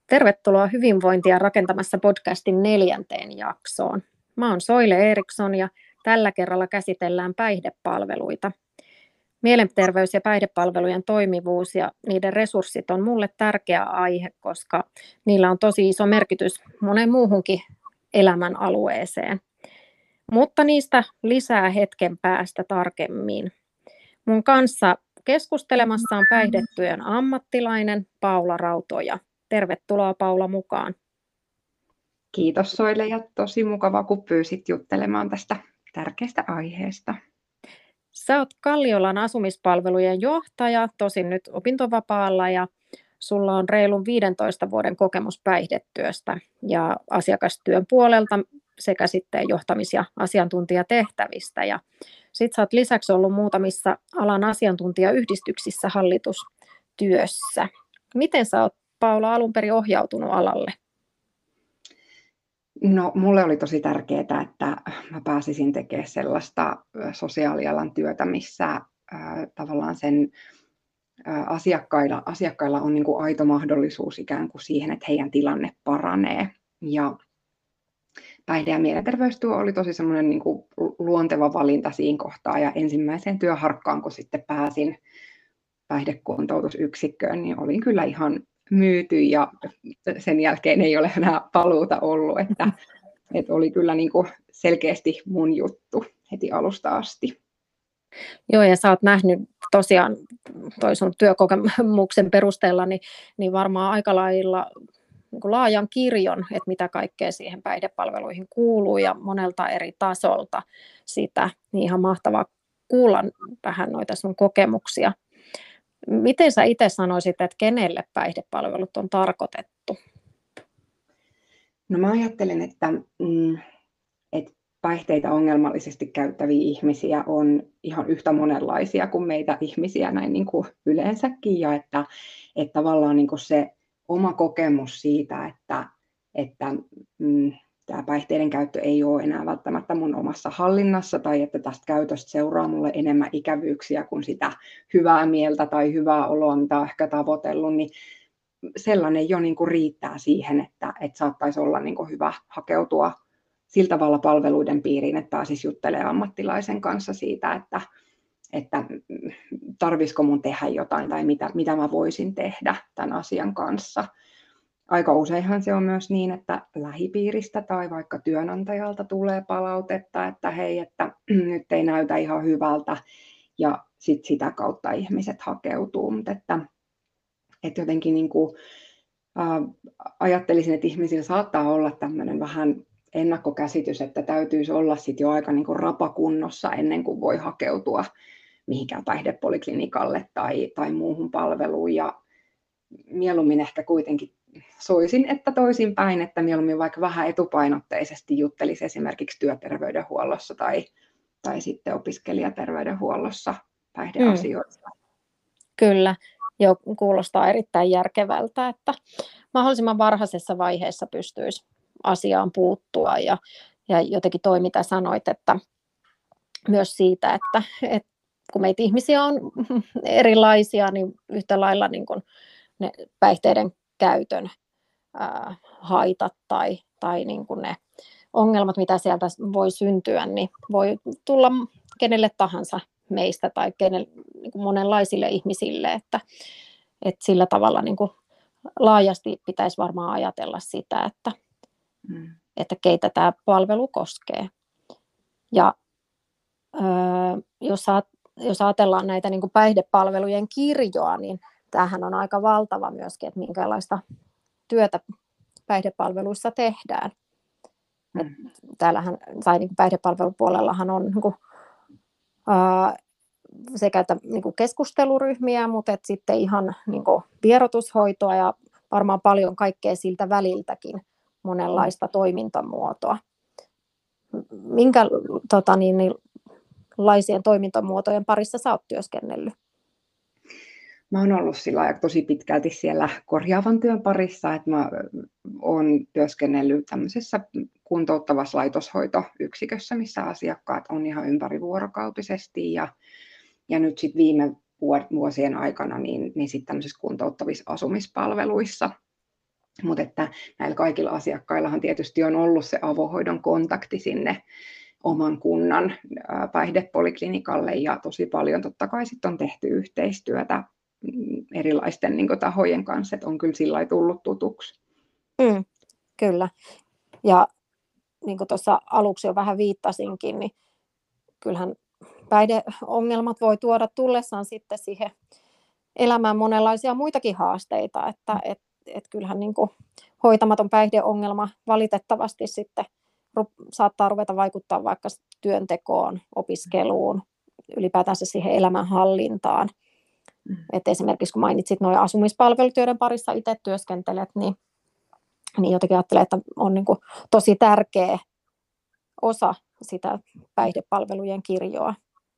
Tervetuloa Hyvinvointia rakentamassa podcastin 4. jaksoon. Mä oon Soile Eriksson ja tällä kerralla käsitellään päihdepalveluita. Mielenterveys- ja päihdepalvelujen toimivuus ja niiden resurssit on mulle tärkeä aihe, koska niillä on tosi iso merkitys moneen muuhunkin elämän alueeseen. Mutta niistä lisää hetken päästä tarkemmin. Mun kanssa keskustelemassa on päihdetyön ammattilainen Paula Rautoja. Tervetuloa Paula mukaan. Kiitos Soile ja tosi mukava, kun pyysit juttelemaan tästä tärkeästä aiheesta. Sä oot Kalliolan asumispalvelujen johtaja, tosin nyt opintovapaalla, ja sulla on reilun 15 vuoden kokemus päihdetyöstä ja asiakastyön puolelta sekä sitten johtamis- ja asiantuntijatehtävistä. Ja sit sä oot lisäksi ollut muutamissa alan asiantuntijayhdistyksissä hallitustyössä. Miten sä oot, Paula, alun perin ohjautunut alalle? No, mulle oli tosi tärkeää, että mä pääsisin tekemään sellaista sosiaalialan työtä, missä tavallaan sen asiakkailla on niin kuin aito mahdollisuus ikään kuin siihen, että heidän tilanne paranee. Ja päihde- ja mielenterveystyö oli tosi semmoinen niin kuin luonteva valinta siinä kohtaa. Ja ensimmäiseen työharkkaan, kun sitten pääsin päihdekuntoutusyksikköön, niin olin kyllä ihan myyty ja sen jälkeen ei ole enää paluuta ollut, että oli kyllä niin kuin selkeästi mun juttu heti alusta asti. Joo, ja sä oot nähnyt tosiaan toi sun työkokemuksen perusteella, niin varmaan aika lailla niin kuin laajan kirjon, että mitä kaikkea siihen päihdepalveluihin kuuluu ja monelta eri tasolta sitä. Niin ihan mahtavaa kuulla vähän noita sun kokemuksia. Miten sä itse sanoisit, että kenelle päihdepalvelut on tarkoitettu? No mä ajattelen, että päihteitä ongelmallisesti käyttäviä ihmisiä on ihan yhtä monenlaisia kuin meitä ihmisiä näin niin kuin yleensäkin, ja että tavallaan niin kuin se oma kokemus siitä, että tämä päihteiden käyttö ei ole enää välttämättä mun omassa hallinnassa tai että tästä käytöstä seuraa mulle enemmän ikävyyksiä kuin sitä hyvää mieltä tai hyvää oloa, mitä on ehkä tavoitellut, niin sellainen jo niin kuin riittää siihen, että saattaisi olla niin kuin hyvä hakeutua sillä tavalla palveluiden piiriin, että pääsisi juttelemaan ammattilaisen kanssa siitä, että tarvisiko mun tehdä jotain tai mitä mä voisin tehdä tämän asian kanssa. Aika useinhan se on myös niin, että lähipiiristä tai vaikka työnantajalta tulee palautetta, että hei, että nyt ei näytä ihan hyvältä, ja sitä kautta ihmiset hakeutuu, mutta että jotenkin niin kuin, ajattelisin, että ihmisillä saattaa olla tämmöinen vähän ennakkokäsitys, että täytyisi olla sit jo aika niin kuin rapakunnossa ennen kuin voi hakeutua mihinkään päihdepoliklinikalle tai muuhun palveluun. Ja mieluummin ehkä kuitenkin soisin, että toisinpäin, että mieluummin vaikka vähän etupainotteisesti juttelisi esimerkiksi työterveydenhuollossa tai sitten opiskelijaterveydenhuollossa päihdeasioista. Kyllä, jo kuulostaa erittäin järkevältä, että mahdollisimman varhaisessa vaiheessa pystyisi asiaan puuttua ja jotenkin toi, mitä sanoit, että myös siitä, että kun meitä ihmisiä on erilaisia, niin yhtä lailla niin kuin ne päihteiden käytön haitat tai niin kuin ne ongelmat, mitä sieltä voi syntyä, niin voi tulla kenelle tahansa meistä tai niin kuin monenlaisille ihmisille, että sillä tavalla niin kuin laajasti pitäisi varmaan ajatella sitä, että keitä tämä palvelu koskee. Ja jos ajatellaan näitä niin kuin päihdepalvelujen kirjoa, niin tämähän on aika valtava myöskin, että minkälaista työtä päihdepalveluissa tehdään. Täällähän, tai niin kuin päihdepalvelupuolellahan on niin kuin, sekä niin kuin keskusteluryhmiä, mutta sitten ihan niin kuin vierotushoitoa ja varmaan paljon kaikkea siltä väliltäkin, monenlaista toimintamuotoa. Minkälaisien toimintamuotojen parissa sä oot työskennellyt? Mä oon ollut sillä tosi pitkälti siellä korjaavan työn parissa, että mä oon työskennellyt tämmöisessä kuntouttavassa laitoshoitoyksikössä, missä asiakkaat on ihan ympärivuorokautisesti, ja nyt sitten viime vuosien aikana niin sitten tämmöisissä kuntouttavissa asumispalveluissa. Mutta että näillä kaikilla asiakkaillahan tietysti on ollut se avohoidon kontakti sinne oman kunnan päihdepoliklinikalle, ja tosi paljon totta kai sitten on tehty yhteistyötä erilaisten niin kuin tahojen kanssa, että on kyllä sillä lailla tullut tutuksi. Kyllä. Ja niin kuin tuossa aluksi jo vähän viittasinkin, niin kyllähän päihdeongelmat voi tuoda tullessaan sitten siihen elämään monenlaisia muitakin haasteita, että kyllähän niin kuin hoitamaton päihdeongelma valitettavasti sitten saattaa ruveta vaikuttaa vaikka työntekoon, opiskeluun, ylipäätänsä siihen elämänhallintaan. Et esimerkiksi kun mainitsit nuo asumispalvelut, joiden parissa itse työskentelet, niin jotenkin ajattelen, että on niin kuin tosi tärkeä osa sitä päihdepalvelujen kirjoa.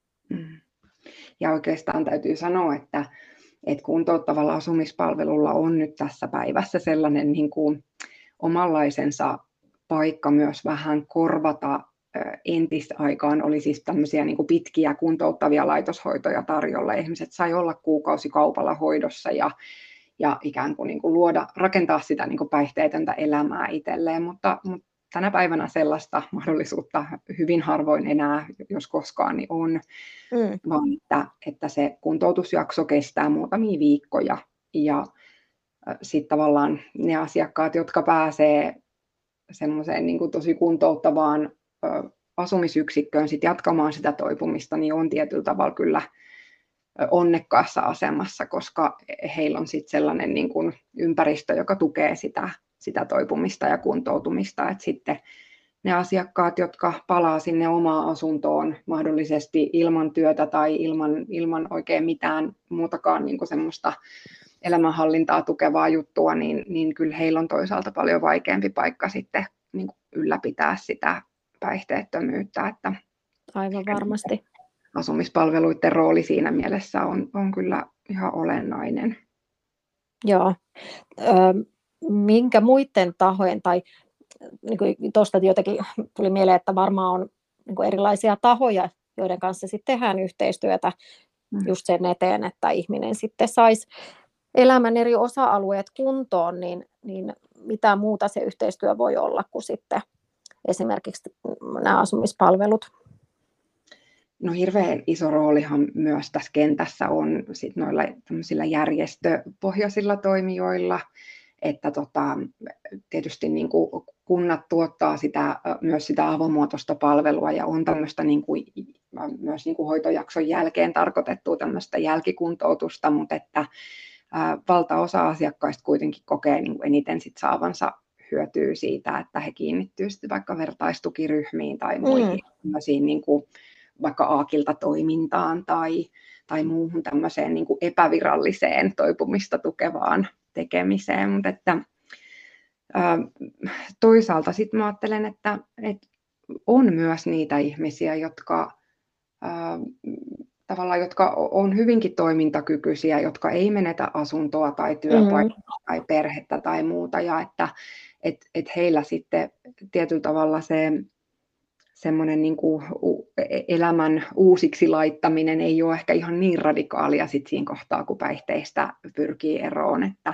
Ja oikeastaan täytyy sanoa, että kuntouttavalla asumispalvelulla on nyt tässä päivässä sellainen niin kuin omanlaisensa paikka myös vähän korvata. Entisaikaan oli siis tämmöisiä niin kuin pitkiä kuntouttavia laitoshoitoja tarjolla. Ihmiset sai olla kuukausikaupalla hoidossa ja ikään kuin, rakentaa sitä niin kuin päihteetöntä elämää itselleen, mutta tänä päivänä sellaista mahdollisuutta hyvin harvoin enää, jos koskaan, niin on, vaan että se kuntoutusjakso kestää muutamia viikkoja, ja sitten tavallaan ne asiakkaat, jotka pääsee semmoiseen niin kuin tosi kuntouttavaan asumisyksikköön sit jatkamaan sitä toipumista, niin on tietyllä tavalla kyllä onnekkaassa asemassa, koska heillä on sitten sellainen niin kuin ympäristö, joka tukee sitä toipumista ja kuntoutumista. Et sitten ne asiakkaat, jotka palaa sinne omaan asuntoon mahdollisesti ilman työtä tai ilman oikein mitään muutakaan niin kuin semmoista elämänhallintaa tukevaa juttua, niin kyllä heillä on toisaalta paljon vaikeampi paikka sitten niin kuin ylläpitää sitä päihteettömyyttä. Että aivan varmasti. Asumispalveluiden rooli siinä mielessä on kyllä ihan olennainen. Joo. Minkä muiden tahojen, tai niin tuosta jotenkin tuli mieleen, että varmaan on niin erilaisia tahoja, joiden kanssa sitten tehdään yhteistyötä just sen eteen, että ihminen sitten saisi elämän eri osa-alueet kuntoon, niin mitä muuta se yhteistyö voi olla kuin sitten esimerkiksi nämä asumispalvelut? No hirveän iso roolihan myös tässä kentässä on sit noilla tämmöisillä järjestöpohjaisilla toimijoilla, että tietysti niin kuin kunnat tuottaa myös sitä avomuotoista palvelua ja on tämmöistä niin kuin, myös niin kuin hoitojakson jälkeen tarkoitettua tämmöistä jälkikuntoutusta, mutta että valtaosa asiakkaista kuitenkin kokee niin kuin eniten sit saavansa hyötyä siitä, että he kiinnittyvät sitten vaikka vertaistukiryhmiin tai muihin niin kuin vaikka aakilta-toimintaan tai muuhun tämmöiseen niin kuin epäviralliseen toipumista tukevaan tekemiseen. Mutta että, toisaalta sitten mä ajattelen, että on myös niitä ihmisiä, jotka on hyvinkin toimintakykyisiä, jotka ei menetä asuntoa tai työpaikkaa tai perhettä tai muuta, ja että heillä sitten tietyllä tavalla se semmoinen niin kuin elämän uusiksi laittaminen ei ole ehkä ihan niin radikaalia sit siinä kohtaa, kun päihteistä pyrkii eroon, että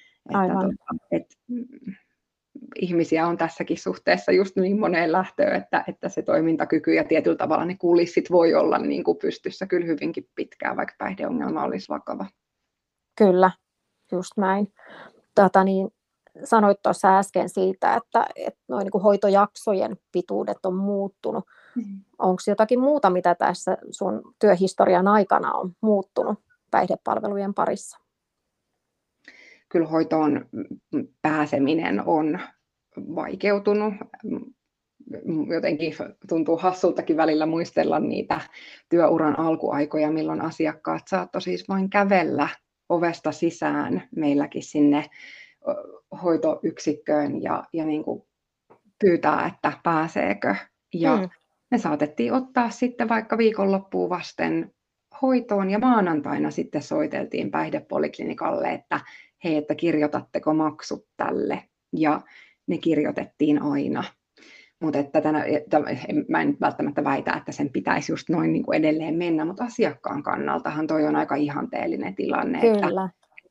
ihmisiä on tässäkin suhteessa just niin moneen lähtöön, että se toimintakyky ja tietyllä tavalla ne kulissit voi olla niin kuin pystyssä kyllä hyvinkin pitkään, vaikka päihdeongelma olisi vakava. Kyllä, just näin. Sanoit tuossa äsken siitä, että noin niin kuin hoitojaksojen pituudet on muuttunut. Onko jotakin muuta, mitä tässä sun työhistorian aikana on muuttunut päihdepalvelujen parissa? Kyllä hoitoon pääseminen on vaikeutunut. Jotenkin tuntuu hassultakin välillä muistella niitä työuran alkuaikoja, milloin asiakkaat saattoi siis vain kävellä ovesta sisään meilläkin sinne hoitoyksikköön ja niin kuin pyytää, että pääseekö. Ja me saatettiin ottaa sitten vaikka viikonloppuun vasten hoitoon ja maanantaina sitten soiteltiin päihdepoliklinikalle, että hei, että kirjoitatteko maksut tälle. Ja ne kirjoitettiin aina. Mutta mä en välttämättä väitä, että sen pitäisi just noin niin kuin edelleen mennä, mutta asiakkaan kannaltahan toi on aika ihanteellinen tilanne, Kyllä.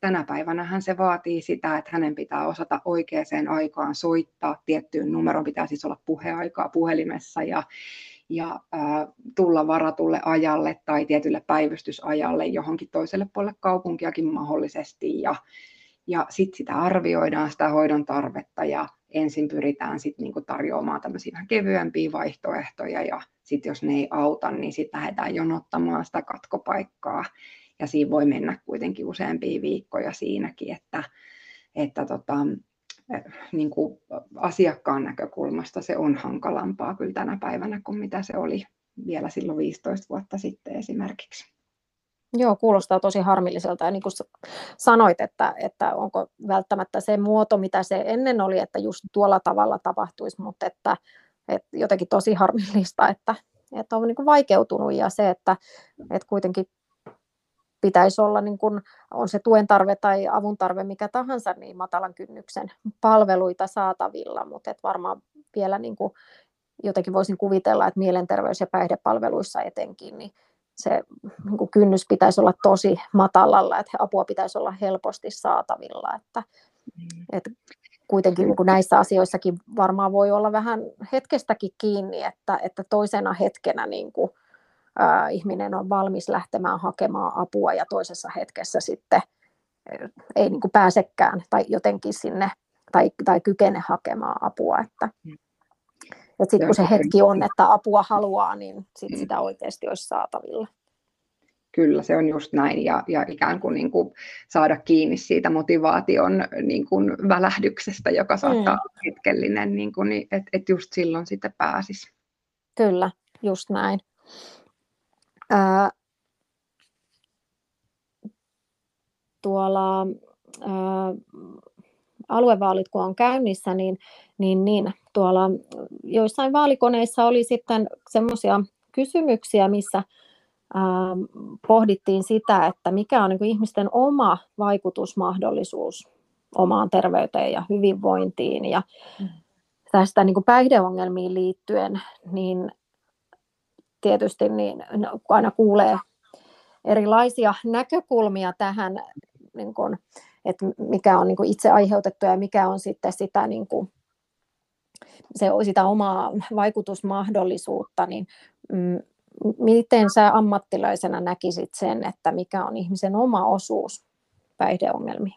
tänä päivänähän se vaatii sitä, että hänen pitää osata oikeaan aikaan soittaa tiettyyn numeroon, pitää siis olla puheaikaa puhelimessa ja tulla varatulle ajalle tai tietylle päivystysajalle johonkin toiselle puolelle kaupunkiakin mahdollisesti. Ja sitten sitä arvioidaan sitä hoidon tarvetta ja ensin pyritään sitten niinku tarjoamaan tämmöisiä vähän kevyempiä vaihtoehtoja ja sitten jos ne ei auta, niin sitten lähdetään jonottamaan sitä katkopaikkaa. Ja siinä voi mennä kuitenkin useampia viikkoja siinäkin, että niin kuin asiakkaan näkökulmasta se on hankalampaa kyllä tänä päivänä kuin mitä se oli vielä silloin 15 vuotta sitten esimerkiksi. Joo, kuulostaa tosi harmilliselta. Ja niin kuin sanoit, että onko välttämättä se muoto, mitä se ennen oli, että just tuolla tavalla tapahtuisi, mutta että jotenkin tosi harmillista, että on niin kuin vaikeutunut ja se, että kuitenkin pitäisi olla, niin kuin on se tuen tarve tai avun tarve mikä tahansa, niin matalan kynnyksen palveluita saatavilla, mutta varmaan vielä niin kuin jotenkin voisin kuvitella, että mielenterveys- ja päihdepalveluissa etenkin, niin se niin kuin kynnys pitäisi olla tosi matalalla, että apua pitäisi olla helposti saatavilla, että kuitenkin niin kuin näissä asioissakin varmaan voi olla vähän hetkestäkin kiinni, että toisena hetkenä niin kuin ihminen on valmis lähtemään hakemaan apua ja toisessa hetkessä sitten ei niin kuin pääsekään tai jotenkin sinne tai kykene hakemaan apua. Että sitten kun se hetki on, että apua haluaa, niin sitä oikeasti olisi saatavilla. Kyllä, se on just näin ja ikään kuin saada kiinni siitä motivaation niin kuin välähdyksestä, joka saattaa olla hetkellinen, niin että just silloin sitten pääsisi. Kyllä, just näin. Tuolla aluevaalit kun on käynnissä, niin tuolla joissain vaalikoneissa oli sitten semmoisia kysymyksiä, missä pohdittiin sitä, että mikä on niin kuin ihmisten oma vaikutusmahdollisuus omaan terveyteen ja hyvinvointiin ja tästä niin kuin päihdeongelmiin liittyen, niin tietysti niin aina kuulee erilaisia näkökulmia tähän, niin kuin, että mikä on niin kuin itse aiheutettu ja mikä on sitten sitä, niin kuin, sitä omaa vaikutusmahdollisuutta, niin miten sä ammattilaisena näkisit sen, että mikä on ihmisen oma osuus päihdeongelmiin?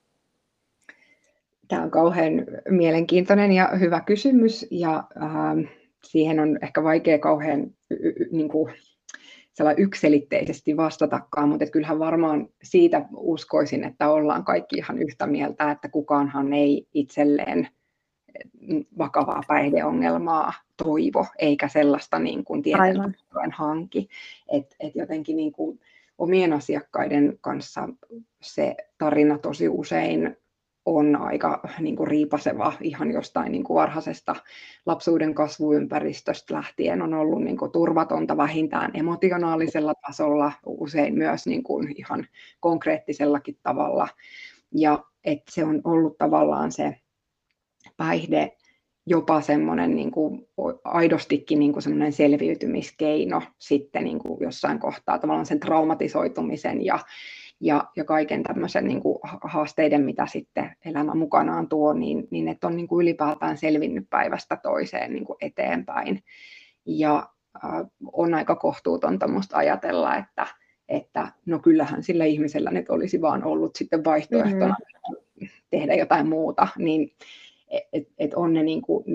Tämä on kauhean mielenkiintoinen ja hyvä kysymys ja siihen on ehkä vaikea kauhean niin kuin yksiselitteisesti vastatakaan, mutta kyllähän varmaan siitä uskoisin, että ollaan kaikki ihan yhtä mieltä, että kukaanhan ei itselleen vakavaa päihdeongelmaa toivo, eikä sellaista niin kuin tietoisuuden hanki. Et jotenkin niin kuin omien asiakkaiden kanssa se tarina tosi usein on aika niin kuin riipaseva ihan jostain niin kuin varhaisesta lapsuuden kasvuympäristöstä lähtien on ollut niin kuin turvatonta vähintään emotionaalisella tasolla, usein myös niin kuin ihan konkreettisellakin tavalla. Ja että se on ollut tavallaan se päihde jopa semmoinen niin kuin aidostikin niin kuin semmoinen selviytymiskeino sitten niin kuin jossain kohtaa tavallaan sen traumatisoitumisen ja kaiken tämmöisen niin kuin haasteiden, mitä sitten elämä mukanaan tuo, niin että on niin kuin ylipäätään selvinnyt päivästä toiseen niin kuin eteenpäin. Ja on aika kohtuutonta musta ajatella, että no kyllähän sillä ihmisellä nyt olisi vaan ollut sitten vaihtoehtona tehdä jotain muuta, niin et on ne, niin kuin,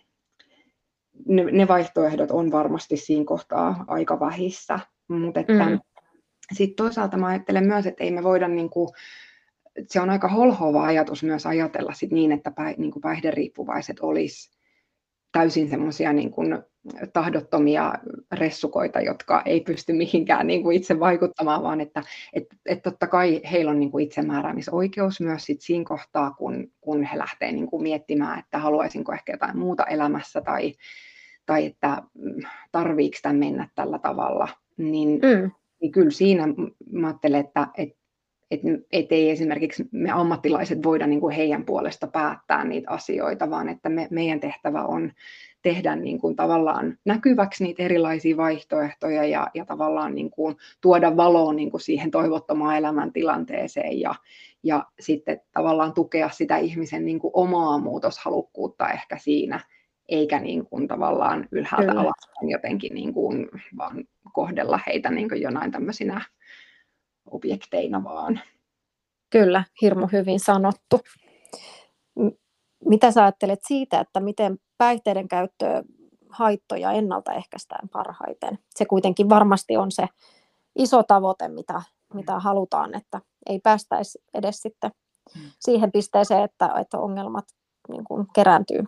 ne vaihtoehdot on varmasti siinä kohtaa aika vähissä, mutta sitten toisaalta mä ajattelen myös, että ei me voida, niin kuin, se on aika holhoava ajatus myös ajatella sit niin, että niin kuin päihderiippuvaiset olisi täysin semmoisia niin kuin tahdottomia ressukoita, jotka ei pysty mihinkään niin kuin itse vaikuttamaan, vaan että totta kai heillä on niin kuin itsemääräämisoikeus myös sit siinä kohtaa, kun he lähtee niin kuin miettimään, että haluaisinko ehkä jotain muuta elämässä tai että tarviiko tämän mennä tällä tavalla, niin kyllä siinä mä ajattelen, että et ei esimerkiksi me ammattilaiset voida niin kuin heidän puolesta päättää niitä asioita, vaan että meidän tehtävä on tehdä niin kuin tavallaan näkyväksi niitä erilaisia vaihtoehtoja ja tavallaan niin kuin tuoda valoa niin kuin siihen toivottomaan elämäntilanteeseen ja sitten tavallaan tukea sitä ihmisen niin kuin omaa muutoshalukkuutta ehkä siinä, eikä niin kuin tavallaan ylhäältä alaspäin jotenkin niin kuin vaan kohdella heitä niin kuin jonain tämmöisinä objekteina vaan. Kyllä, hirmu hyvin sanottu. Mitä sä ajattelet siitä, että miten päihteiden käyttöä haittoja ennaltaehkäistään parhaiten? Se kuitenkin varmasti on se iso tavoite, mitä halutaan, että ei päästäisi edes sitten siihen pisteeseen, että ongelmat niin kuin kerääntyy.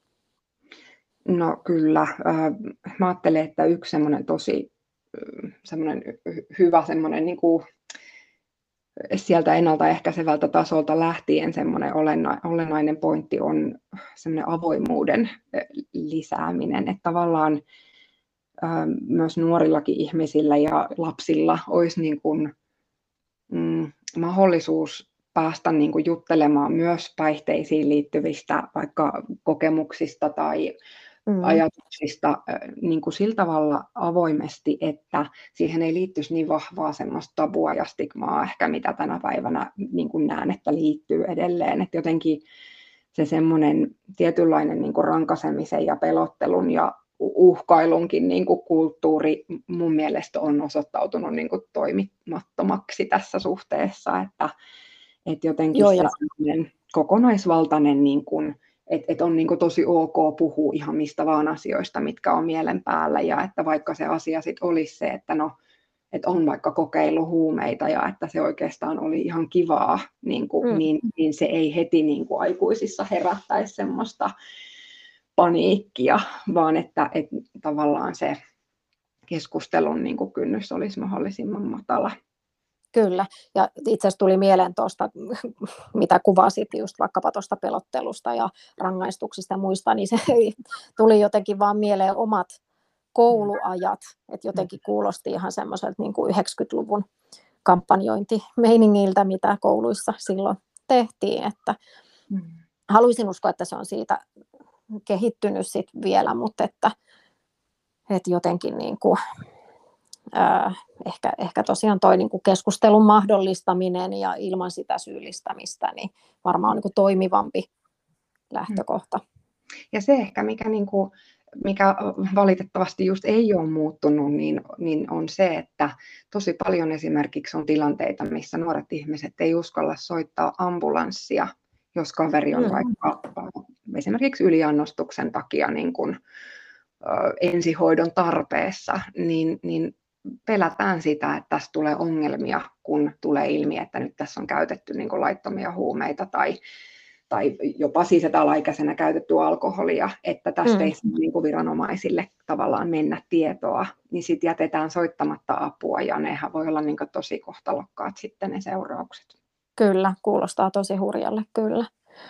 No kyllä. Mä ajattelen, että yksi semmoinen tosi semmoinen hyvä semmoinen niin kuin sieltä ennaltaehkäisevältä tasolta lähtien semmoinen olennainen pointti on semmoinen avoimuuden lisääminen, että tavallaan myös nuorillakin ihmisillä ja lapsilla olisi niin kuin, mahdollisuus päästä niin kuin juttelemaan myös päihteisiin liittyvistä vaikka kokemuksista tai ajatuksista niin kuin sillä tavalla avoimesti, että siihen ei liittyisi niin vahvaa semmoista tabua ja stigmaa ehkä, mitä tänä päivänä niin kuin näen, että liittyy edelleen. Että jotenkin se semmoinen tietynlainen niin kuin rankasemisen ja pelottelun ja uhkailunkin niin kuin kulttuuri mun mielestä on osoittautunut niin kuin toimimattomaksi tässä suhteessa, että jotenkin se semmoinen kokonaisvaltainen niin kuin että on niin kuin tosi ok puhua ihan mistä vaan asioista, mitkä on mielen päällä, ja että vaikka se asia sitten olisi se, että no, että on vaikka kokeillut huumeita ja että se oikeastaan oli ihan kivaa, niin se ei heti niin kuin aikuisissa herättäisi semmoista paniikkia, vaan että tavallaan se keskustelun niin kuin kynnys olisi mahdollisimman matala. Kyllä, ja itse asiassa tuli mieleen tuosta, mitä kuvasit just vaikkapa tuosta pelottelusta ja rangaistuksista ja muista, niin se tuli jotenkin vaan mieleen omat kouluajat, että jotenkin kuulosti ihan semmoiselta niin kuin 90-luvun kampanjointimeiningiltä, mitä kouluissa silloin tehtiin, että haluaisin uskoa, että se on siitä kehittynyt sit vielä, mutta että jotenkin niin kuin ehkä tosiaan toi niin kuin keskustelun mahdollistaminen ja ilman sitä syyllistämistä, niin varmaan on niin kuin toimivampi lähtökohta. Ja se ehkä, mikä valitettavasti just ei ole muuttunut, niin on se, että tosi paljon esimerkiksi on tilanteita, missä nuoret ihmiset ei uskalla soittaa ambulanssia, jos kaveri on vaikka esimerkiksi yliannostuksen takia niin kuin ensihoidon tarpeessa, niin pelätään sitä, että tässä tulee ongelmia, kun tulee ilmi, että nyt tässä on käytetty niin kuin laittomia huumeita tai jopa siis alaikäisenä käytetty alkoholia, että tästä ei niin kuin viranomaisille tavallaan mennä tietoa, niin sitten jätetään soittamatta apua, ja nehän voi olla niin kuin tosi kohtalokkaat sitten ne seuraukset. Kyllä, kuulostaa tosi hurjalle, kyllä.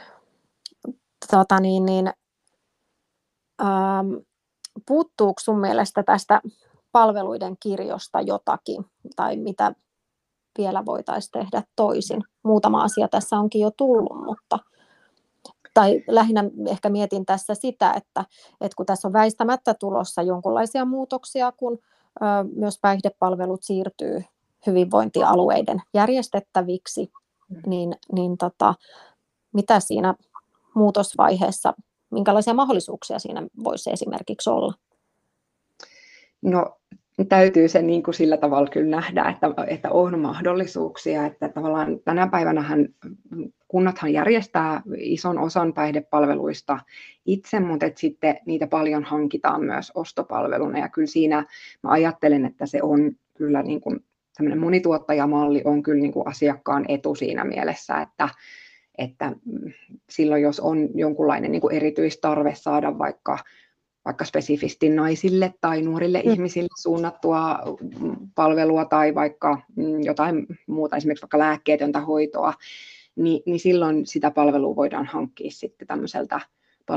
Puuttuuko sun mielestä tästä palveluiden kirjosta jotakin, tai mitä vielä voitaisiin tehdä toisin? Muutama asia tässä onkin jo tullut, mutta tai lähinnä ehkä mietin tässä sitä, että kun tässä on väistämättä tulossa jonkinlaisia muutoksia, kun myös päihdepalvelut siirtyy hyvinvointialueiden järjestettäviksi, niin mitä siinä muutosvaiheessa, minkälaisia mahdollisuuksia siinä voisi esimerkiksi olla? No, täytyy se niin kuin sillä tavalla kyllä nähdä, että on mahdollisuuksia, että tavallaan tänä päivänähän kunnathan järjestää ison osan päihdepalveluista itse, mutta sitten niitä paljon hankitaan myös ostopalveluna, ja kyllä siinä mä ajattelen, että se on kyllä niin kuin tämmöinen monituottajamalli on kyllä niin kuin asiakkaan etu siinä mielessä, että silloin jos on jonkunlainen niin kuin erityistarve saada vaikka spesifisti naisille tai nuorille ihmisille suunnattua palvelua tai vaikka jotain muuta, esimerkiksi vaikka lääkkeetöntä hoitoa, niin silloin sitä palvelua voidaan hankkia sitten tämmöiseltä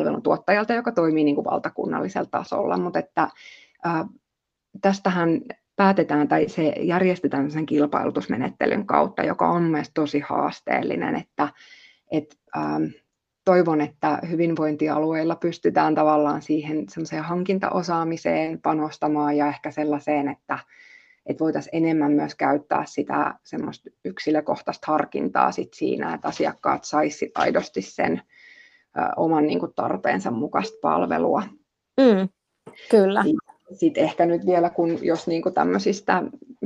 palveluntuottajalta, joka toimii niin kuin valtakunnallisella tasolla. Mutta että tästähän päätetään tai se järjestetään sen kilpailutusmenettelyn kautta, joka on mielestäni tosi haasteellinen, että toivon, että hyvinvointialueilla pystytään tavallaan siihen semmoiseen hankintaosaamiseen panostamaan ja ehkä sellaiseen, että voitaisiin enemmän myös käyttää sitä semmoista yksilökohtaista harkintaa sit siinä, että asiakkaat saisivat aidosti sen oman niin kuin tarpeensa mukaista palvelua. Kyllä. Sitten ehkä nyt vielä, jos niin kuin tämmöisistä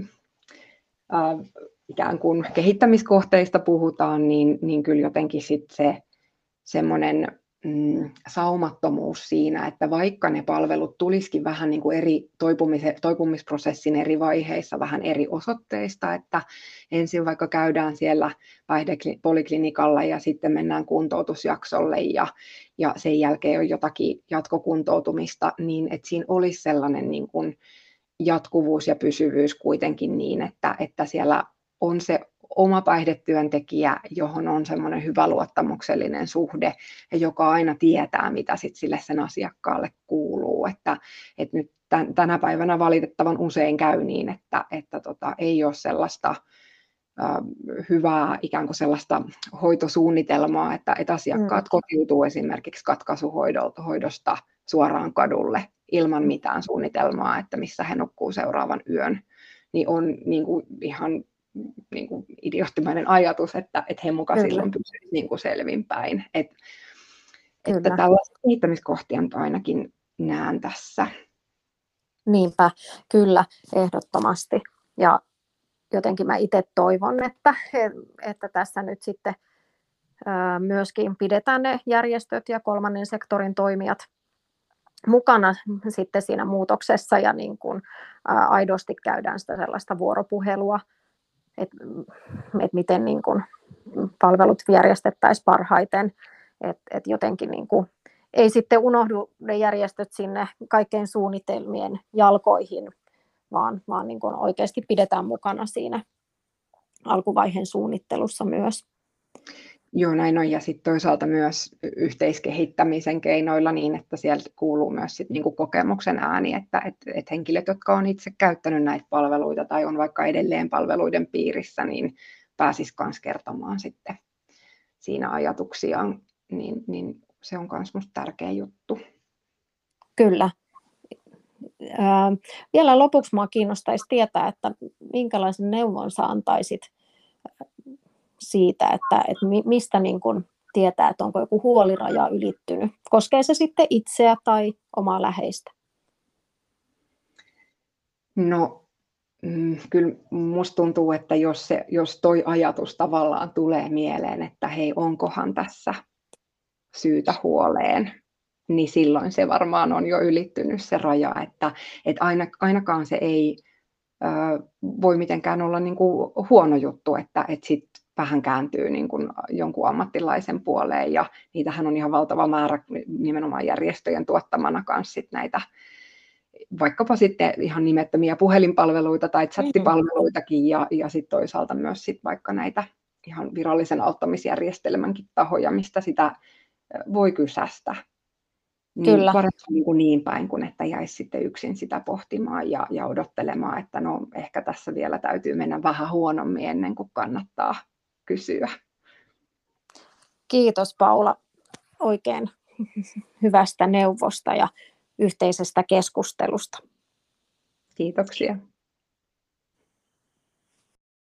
ikään kuin kehittämiskohteista puhutaan, niin kyllä jotenkin sitten se semmoinen saumattomuus siinä, että vaikka ne palvelut tulisikin vähän niin kuin eri toipumisprosessin eri vaiheissa vähän eri osoitteista, että ensin vaikka käydään siellä päihdepoliklinikalla ja sitten mennään kuntoutusjaksolle ja sen jälkeen on jotakin jatkokuntoutumista, niin että siinä olisi sellainen niin kuin jatkuvuus ja pysyvyys kuitenkin niin, että siellä on se oma päihdetyöntekijä, johon on semmoinen hyvä luottamuksellinen suhde ja joka aina tietää, mitä sit sille sen asiakkaalle kuuluu. Että nyt tänä päivänä valitettavan usein käy niin, että ei ole sellaista hyvää ikään kuin sellaista hoitosuunnitelmaa, että asiakkaat kotiutuu esimerkiksi katkaisuhoidosta suoraan kadulle ilman mitään suunnitelmaa, että missä he nukkuu seuraavan yön, niin on niin kuin ihan niin kuin idioottimainen ajatus, että he muka silloin pysyvät niin kuin selvinpäin. Että tällaisia kehittämiskohtia nyt ainakin näen tässä. Niinpä, kyllä, ehdottomasti. Ja jotenkin mä itse toivon, että tässä nyt sitten myöskin pidetään ne järjestöt ja kolmannen sektorin toimijat mukana sitten siinä muutoksessa ja niin kuin aidosti käydään sitä sellaista vuoropuhelua, että miten niin kuin palvelut järjestettäisiin parhaiten, että jotenkin niin kuin ei sitten unohdu ne järjestöt sinne kaikkein suunnitelmien jalkoihin, vaan niin kuin oikeasti pidetään mukana siinä alkuvaiheen suunnittelussa myös. Joo, näin on. Ja sitten toisaalta myös yhteiskehittämisen keinoilla niin, että sieltä kuuluu myös sit niinku kokemuksen ääni, että henkilöt, jotka on itse käyttänyt näitä palveluita tai on vaikka edelleen palveluiden piirissä, niin pääsisivät myös kertomaan sitten siinä ajatuksiaan, niin se on myös minusta tärkeä juttu. Kyllä. Vielä lopuksi minua kiinnostaisi tietää, että minkälaisen neuvon sä antaisit siitä, että mistä niin kun tietää, että onko joku huoliraja ylittynyt. Koskee se sitten itseä tai omaa läheistä? No, kyllä musta tuntuu, että jos toi ajatus tavallaan tulee mieleen, että hei, onkohan tässä syytä huoleen, niin silloin se varmaan on jo ylittynyt se raja, että ainakaan se ei voi mitenkään olla niin kuin huono juttu, että sit vähän kääntyy niin kuin jonkun ammattilaisen puoleen, ja niitähän on ihan valtava määrä nimenomaan järjestöjen tuottamana kanssa sit näitä, vaikkapa sitten ihan nimettömiä puhelinpalveluita tai chattipalveluitakin, ja sitten toisaalta myös sit vaikka näitä ihan virallisen auttamisjärjestelmänkin tahoja, mistä sitä voi kysästä. Niin parempi niin päin, kuin että jäisi sitten yksin sitä pohtimaan ja odottelemaan, että no ehkä tässä vielä täytyy mennä vähän huonommin ennen kuin kannattaa kysyä. Kiitos Paula oikein hyvästä neuvosta ja yhteisestä keskustelusta. Kiitoksia.